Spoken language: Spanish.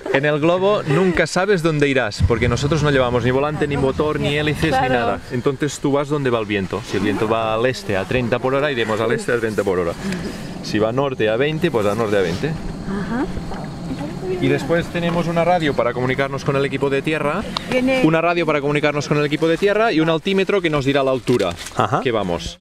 En el globo nunca sabes dónde irás, porque nosotros no llevamos ni volante, ni motor, ni hélices, ni nada. Entonces tú vas donde va el viento. Si el viento va al este a 30 por hora, iremos al este a 30 por hora. Si va a norte a 20, pues a norte a 20. Y después tenemos una radio para comunicarnos con el equipo de tierra, y un altímetro que nos dirá la altura que vamos.